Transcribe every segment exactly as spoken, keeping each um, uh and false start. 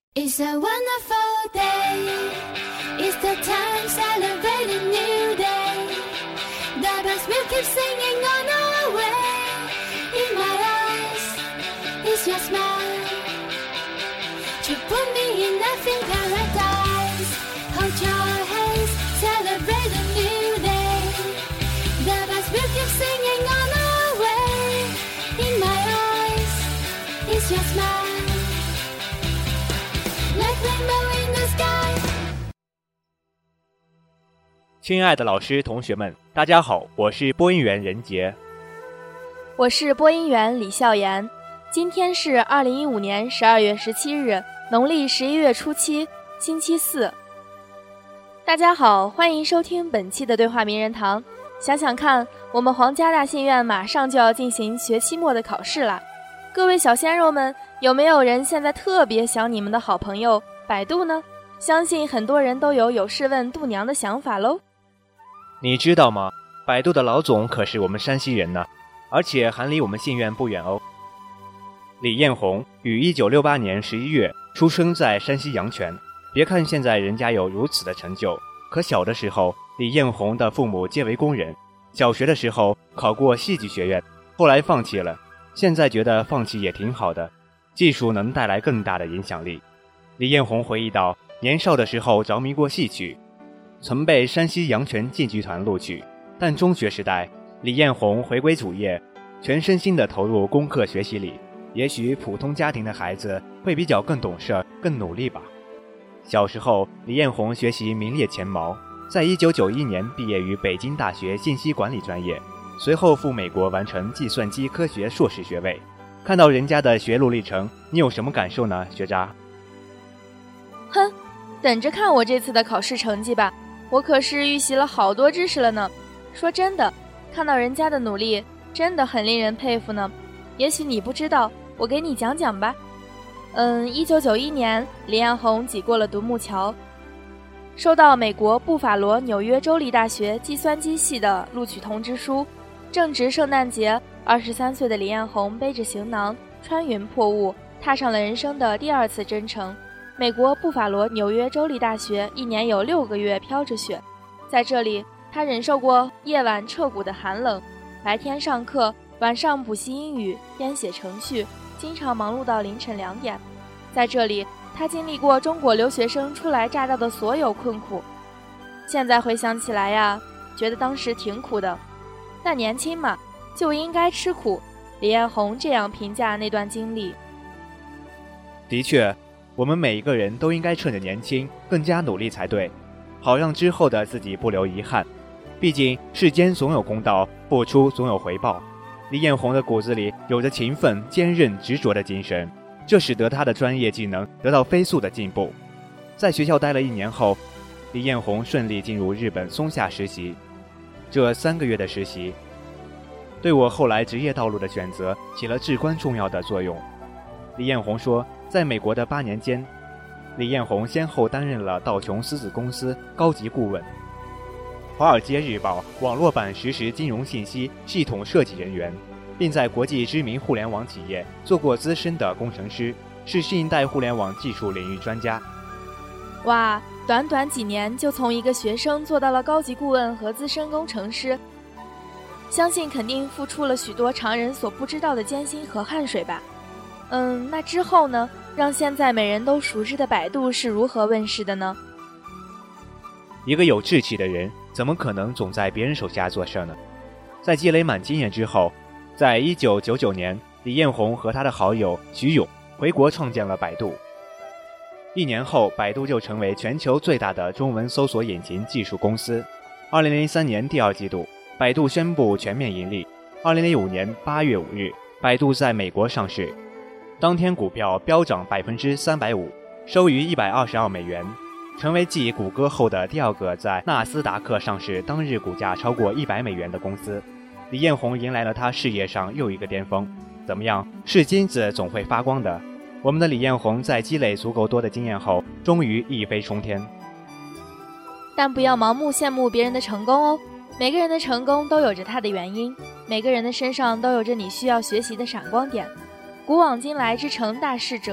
It's a wonderful day. It's the time celebrating new day. The bells will keep singing on our way. In my eyes, it's your smile to put me in laughing paradise. Hold your hands, celebrate a new day. The bells will keep singing on our way. In my eyes, it's your smile.Like rainbow in the sky. 亲爱的老师、同学们，大家好，我是播音员任杰。 我是播音员李笑言。今天是二零一五年十二月十七日，农历十一月初七，星期四。大家好，欢迎收听本期的对话名人堂。想想看，我们皇家大信院马上就要进行学期末的考试了。各位小鲜肉们，有没有人现在特别想你们的好朋友百度呢？相信很多人都有有事问度娘的想法喽。 你知道吗？百度的老总可是我们山西人呢，而且还离我们信院不远哦。李彦宏于一九六八年十一月出生在山西阳泉。别看现在人家有如此的成就，可小的时候，李彦宏的父母皆为工人。小学的时候考过戏剧学院，后来放弃了。现在觉得放弃也挺好的，技术能带来更大的影响力。李彦宏回忆到，年少的时候着迷过戏曲，曾被山西阳泉戏剧团录取，但中学时代，李彦宏回归主业，全身心地投入功课学习里。也许普通家庭的孩子会比较更懂事、更努力吧。小时候，李彦宏学习名列前茅，在一九九一年毕业于北京大学信息管理专业。随后赴美国完成计算机科学硕士学位。看到人家的学路历程，你有什么感受呢，学渣？ 哼，等着看我这次的考试成绩吧，我可是预习了好多知识了呢。说真的，看到人家的努力，真的很令人佩服呢。也许你不知道，我给你讲讲吧。嗯，一九九一年，李彦宏挤过了独木桥，收到美国布法罗纽约州立大学计算机系的录取通知书。正值圣诞节，二十三岁的李彦宏背着行囊，穿云破雾，踏上了人生的第二次征程。美国布法罗纽约州立大学一年有六个月飘着雪，在这里，他忍受过夜晚彻骨的寒冷，白天上课，晚上补习英语、编写程序，经常忙碌到凌晨两点。在这里，他经历过中国留学生初来乍到的所有困苦。现在回想起来呀，觉得当时挺苦的。但年轻嘛，就应该吃苦。李彦宏这样评价那段经历。 的确，我们每一个人都应该趁着年轻，更加努力才对，好让之后的自己不留遗憾。毕竟世间总有公道，付出总有回报。李彦宏的骨子里有着勤奋、坚韧、执着的精神，这使得他的专业技能得到飞速的进步。在学校待了一年后，李彦宏顺利进入日本松下实习。这三个月的实习，对我后来职业道路的选择起了至关重要的作用。李彦宏说，在美国的八年间，李彦宏先后担任了道琼斯子公司高级顾问、华尔街日报网络版实时金融信息系统设计人员，并在国际知名互联网企业做过资深的工程师，是新一代互联网技术领域专家。 哇，短短几年就从一个学生做到了高级顾问和资深工程师，相信肯定付出了许多常人所不知道的艰辛和汗水吧。嗯，那之后呢？让现在每人都熟知的百度是如何问世的呢？ 一个有志气的人，怎么可能总在别人手下做事呢？在积累满经验之后，在一九九九年，李彦宏和他的好友徐勇回国创建了百度。一年后，百度就成为全球最大的中文搜索引擎技术公司。二零零三年第二季度，百度宣布全面盈利。二零零五年八月五日，百度在美国上市，当天股票飙涨百分之三百五，收于一百二十二美元，成为继谷歌后的第二个在纳斯达克上市当日股价超过一百美元的公司。李彦宏迎来了他事业上又一个巅峰。怎么样，是金子总会发光的。我们的李彦宏在积累足够多的经验后，终于一飞冲天。 但不要盲目羡慕别人的成功哦，每个人的成功都有着他的原因，每个人的身上都有着你需要学习的闪光点。古往今来之成大事者，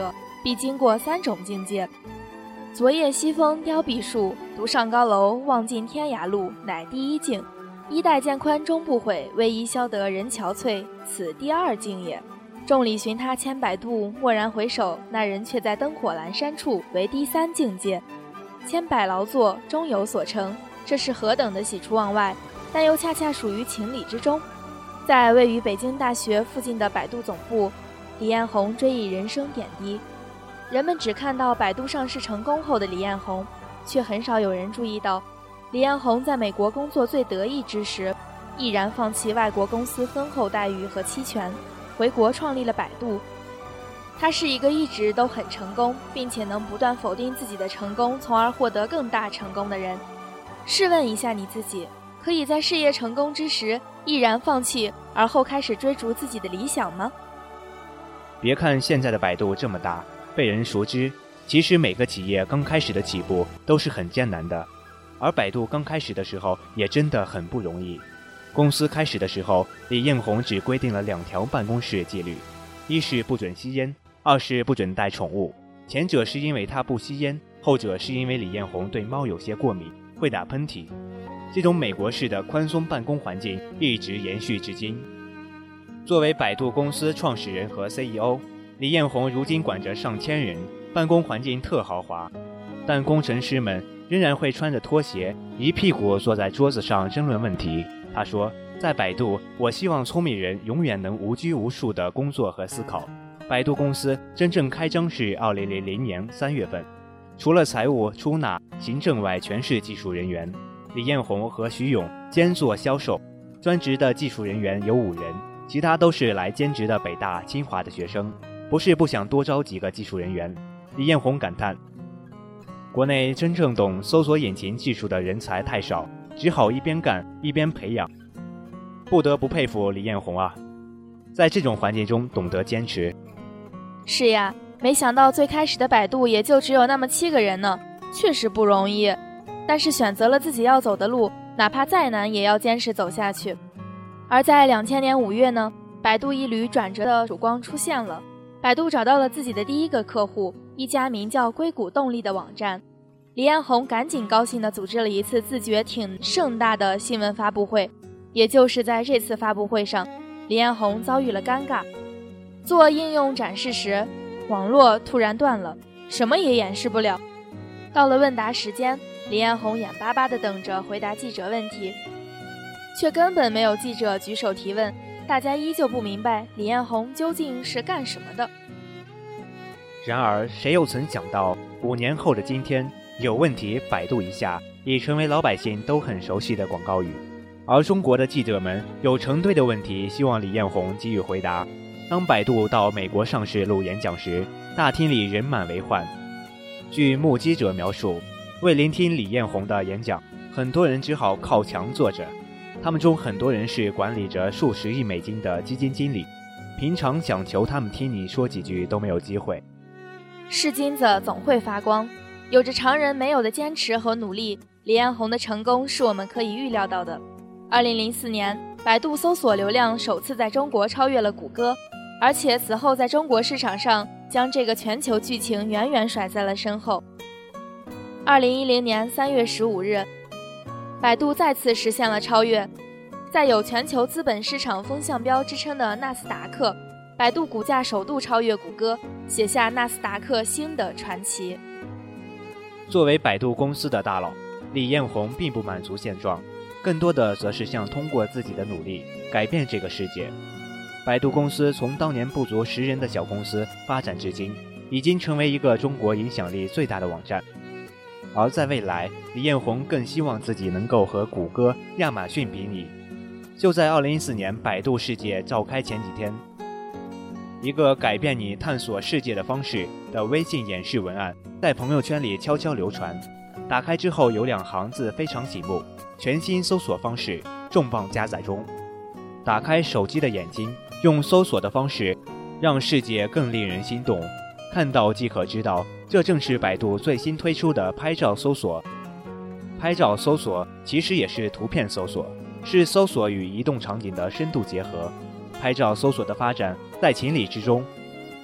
必经过三种境界。昨夜西风凋碧树，独上高楼，望尽天涯路，乃第一境。衣带渐宽终不悔，为伊消得人憔悴，此第二境也。众里寻他千百度，蓦然回首，那人却在灯火阑珊处，为第三境界。千百劳作，终有所成，这是何等的喜出望外，但又恰恰属于情理之中。在位于北京大学附近的百度总部，李彦宏追忆人生点滴。人们只看到百度上市成功后的李彦宏，却很少有人注意到李彦宏在美国工作最得意之时，毅然放弃外国公司丰厚待遇和期权，回国创立了百度。他是一个一直都很成功，并且能不断否定自己的成功，从而获得更大成功的人。试问一下你自己，可以在事业成功之时毅然放弃，而后开始追逐自己的理想吗？ 别看现在的百度这么大，被人熟知，其实每个企业刚开始的起步都是很艰难的，而百度刚开始的时候也真的很不容易。公司开始的时候，李彦宏只规定了两条办公室纪律，一是不准吸烟，二是不准带宠物。前者是因为他不吸烟，后者是因为李彦宏对猫有些过敏，会打喷嚏。这种美国式的宽松办公环境一直延续至今。作为百度公司创始人和 C E O， 李彦宏如今管着上千人，办公环境特豪华，但工程师们仍然会穿着拖鞋，一屁股坐在桌子上争论问题。他说，在百度，我希望聪明人永远能无拘无束地工作和思考。百度公司真正开张是二零零零年三月份，除了财务、出纳、行政外，全是技术人员。李彦宏和徐勇兼做销售，专职的技术人员有五人，其他都是来兼职的北大、清华的学生。不是不想多招几个技术人员，李彦宏感叹，国内真正懂搜索引擎技术的人才太少，只好一边干一边培养。不得不佩服李彦宏啊，在这种环境中懂得坚持。 是呀，没想到最开始的百度也就只有那么七个人呢，确实不容易。但是选择了自己要走的路，哪怕再难也要坚持走下去。而在两千年五月呢，百度一缕转折的曙光出现了。百度找到了自己的第一个客户，一家名叫硅谷动力的网站。李彦宏赶紧高兴地组织了一次自觉挺盛大的新闻发布会。也就是在这次发布会上，李彦宏遭遇了尴尬。做应用展示时，网络突然断了，什么也演示不了。到了问答时间，李彦宏眼巴巴地等着回答记者问题，却根本没有记者举手提问，大家依旧不明白李彦宏究竟是干什么的。 然而，谁又曾想到，五年后的今天，有问题百度一下，已成为老百姓都很熟悉的广告语。而中国的记者们有成堆的问题希望李彦宏给予回答。当百度到美国上市录演讲时，大厅里人满为患。据目击者描述，为聆听李彦宏的演讲，很多人只好靠墙坐着。他们中很多人是管理着数十亿美金的基金经理，平常想求他们听你说几句都没有机会。 是金子总会发光，有着常人没有的坚持和努力，李彦宏的成功是我们可以预料到的。二零零四年，百度搜索流量首次在中国超越了谷歌，而且此后在中国市场上将这个全球剧情远远甩在了身后。二零一零年三月十五日，百度再次实现了超越，在有全球资本市场风向标之称的纳斯达克，百度股价首度超越谷歌，写下纳斯达克新的传奇。 作为百度公司的大佬，李彦宏并不满足现状，更多的则是想通过自己的努力改变这个世界。百度公司从当年不足十人的小公司发展至今，已经成为一个中国影响力最大的网站。而在未来，李彦宏更希望自己能够和谷歌、亚马逊比拟。就在二零一四年百度世界召开前几天，一个改变你探索世界的方式的微信演示文案在朋友圈里悄悄流传。打开之后有两行字非常醒目：全新搜索方式，重磅加载中。打开手机的眼睛，用搜索的方式让世界更令人心动。看到即可知道，这正是百度最新推出的拍照搜索。拍照搜索其实也是图片搜索，是搜索与移动场景的深度结合。拍照搜索的发展在情理之中。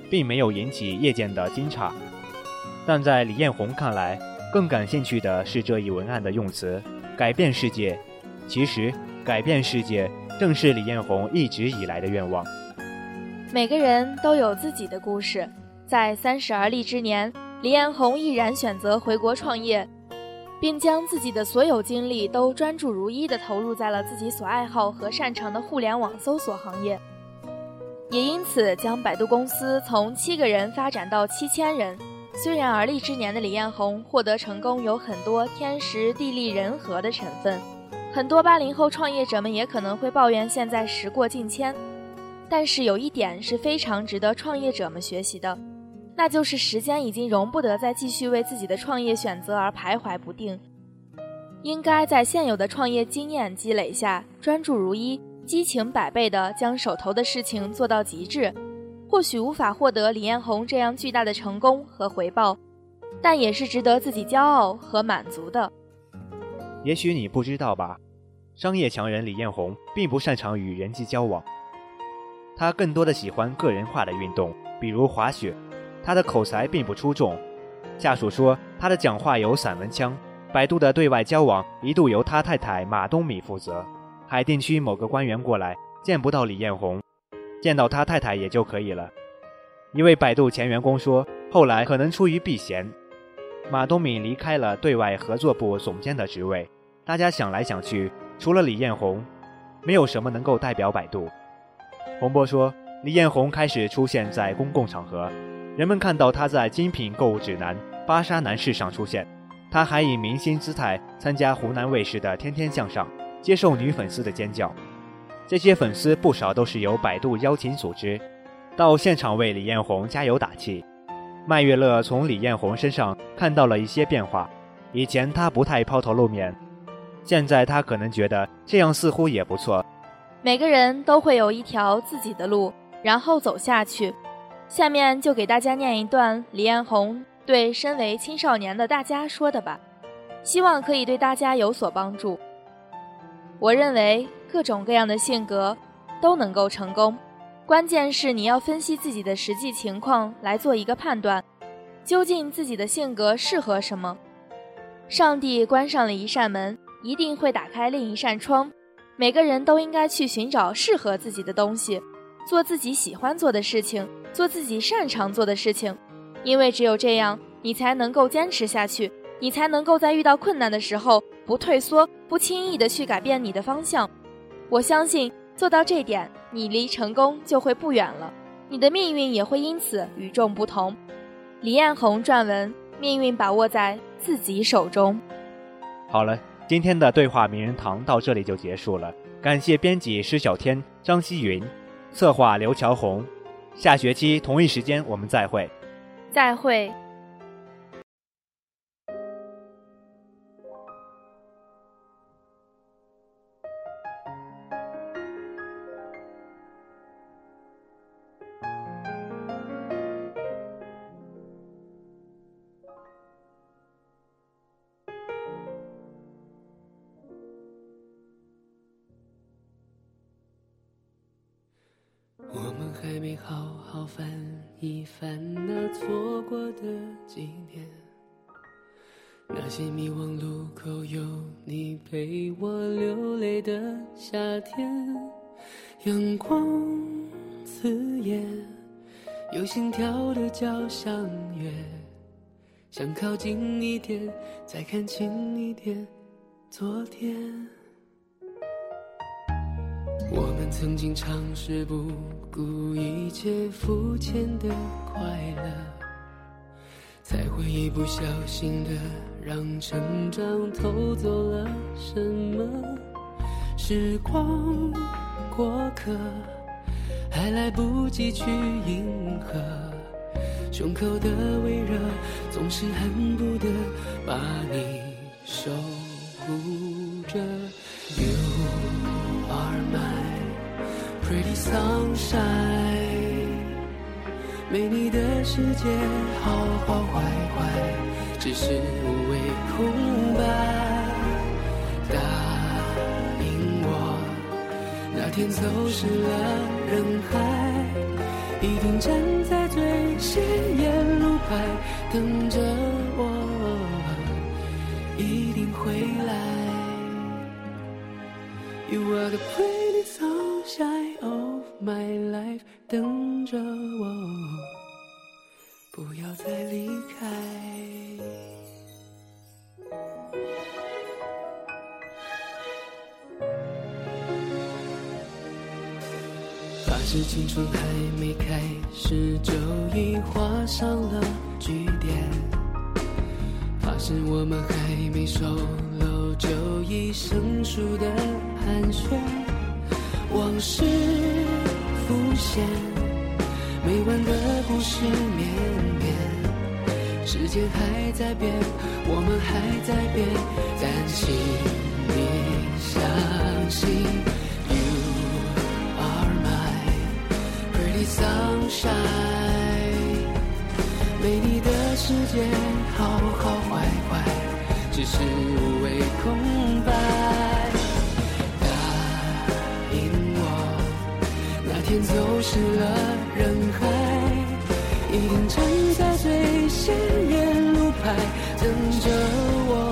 并没有引起业界的惊诧。但在李彦宏看来，更感兴趣的是这一文案的用词“改变世界”。其实，改变世界正是李彦宏一直以来的愿望。 每个人都有自己的故事，在三十而立之年，李彦宏毅然选择回国创业，并将自己的所有精力都专注如一地投入在了自己所爱好和擅长的互联网搜索行业，也因此将百度公司从七个人发展到七千人。虽然而立之年的李彦宏获得成功有很多天时地利人和的成分，很多八零后创业者们也可能会抱怨现在时过境迁，但是有一点是非常值得创业者们学习的，那就是时间已经容不得再继续为自己的创业选择而徘徊不定，应该在现有的创业经验积累下，专注如一，激情百倍地将手头的事情做到极致。或许无法获得李彦宏这样巨大的成功和回报，但也是值得自己骄傲和满足的。 也许你不知道吧，商业强人李彦宏并不擅长与人际交往，他更多的喜欢个人化的运动，比如滑雪。他的口才并不出众，下属说他的讲话有散文腔。百度的对外交往一度由他太太马东米负责，海淀区某个官员过来见不到李彦宏，见到他太太也就可以了。一位百度前员工说，后来可能出于避嫌，马东敏离开了对外合作部总监的职位。大家想来想去，除了李彦宏，没有什么能够代表百度。洪波说，李彦宏开始出现在公共场合，人们看到他在精品购物指南、芭莎男士上出现，他还以明星姿态参加湖南卫视的《天天向上》，接受女粉丝的尖叫。这些粉丝不少都是由百度邀请组织，到现场为李彦宏加油打气。麦月乐从李彦宏身上看到了一些变化，以前他不太抛头露面，现在他可能觉得这样似乎也不错。 每个人都会有一条自己的路，然后走下去。下面就给大家念一段李彦宏对身为青少年的大家说的吧，希望可以对大家有所帮助。我认为各种各样的性格都能够成功，关键是你要分析自己的实际情况来做一个判断，究竟自己的性格适合什么。上帝关上了一扇门，一定会打开另一扇窗，每个人都应该去寻找适合自己的东西，做自己喜欢做的事情，做自己擅长做的事情，因为只有这样，你才能够坚持下去，你才能够在遇到困难的时候不退缩，不轻易地去改变你的方向。我相信做到这点，你离成功就会不远了，你的命运也会因此与众不同。李彦宏撰文，命运把握在自己手中。 好了，今天的对话名人堂到这里就结束了，感谢编辑施小天、张希云，策划刘乔红。下学期同一时间我们再会。 再会。 我们还没好好翻一翻那错过的几年，那些迷惘路口有你陪我流泪的夏天，阳光刺眼，有心跳的交响乐，想靠近一点，再看清一点昨天。我们曾经尝试不顾一切肤浅的快乐，才会一不小心的让成长偷走了什么。时光过客，还来不及去迎合，胸口的微热总是恨不得把你守护着。You are my pretty sunshine， 没你的世界好好坏坏只是无谓空白。答应我，那天走失了人海， 一定站在最显眼路牌等着我，一定回来。 You are the pretty sunshine of my life， 等着我，不要再离开。发誓青春还没开始，就已画上了句点。发誓我们还没熟络，就已生疏的寒暄。往事浮现，没完的故事绵绵。时间还在变，我们还在变，但请你相信 You are my pretty sunshine， 没你的世界好好坏坏，只是无谓空白。答应我，那天走失了人海，一定站在最显眼路牌等着我，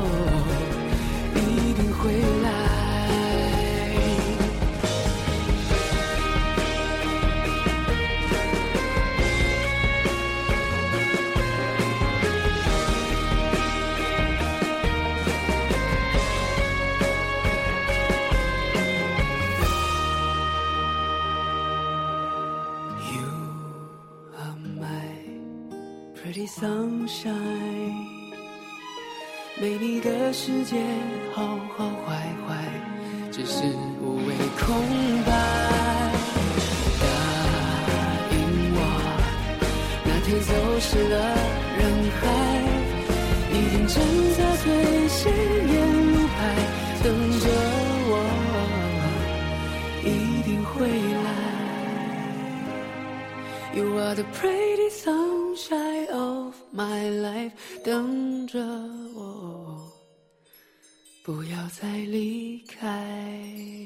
一定会来。Pretty sunshine， 没你的世界好好坏坏，只是无谓空白。答应我，那天走失了人海，一定站在最显眼路牌等着我，一定会来。You are the pretty sunshine of my life， 等着我，不要再离开。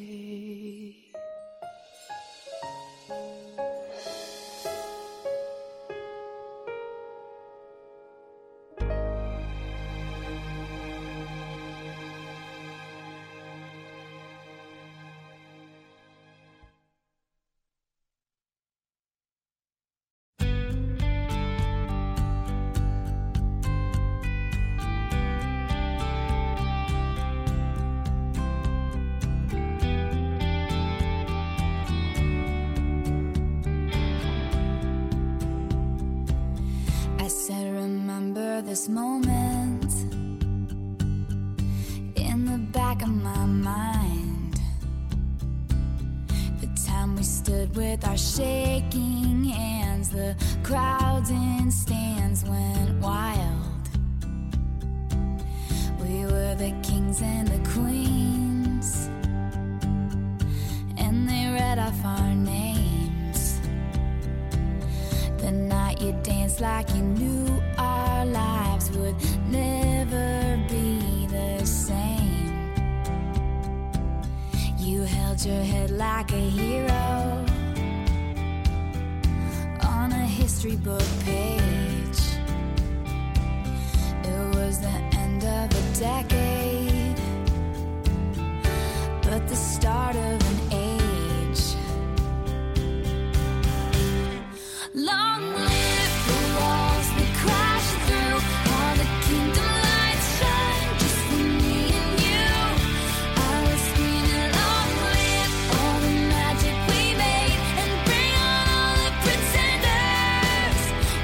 This moment in the back of my mind, the time we stood with our shaking hands, the crowds in stands went wild. We were the kings and the queens, and they read off our names. The night you danced like you knew our lives would never be the same. You held your head like a hero on a history book page. It was the end of a decade, but the start of an age. Long live the walls that crash through, all the kingdom lights shine just for me and you. I was screaming, long live all the magic we made, and bring on all the pretenders.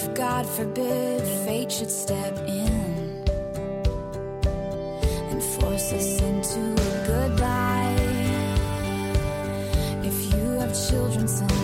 if God forbid fate should step in and force us into a goodbye. If you have children, son,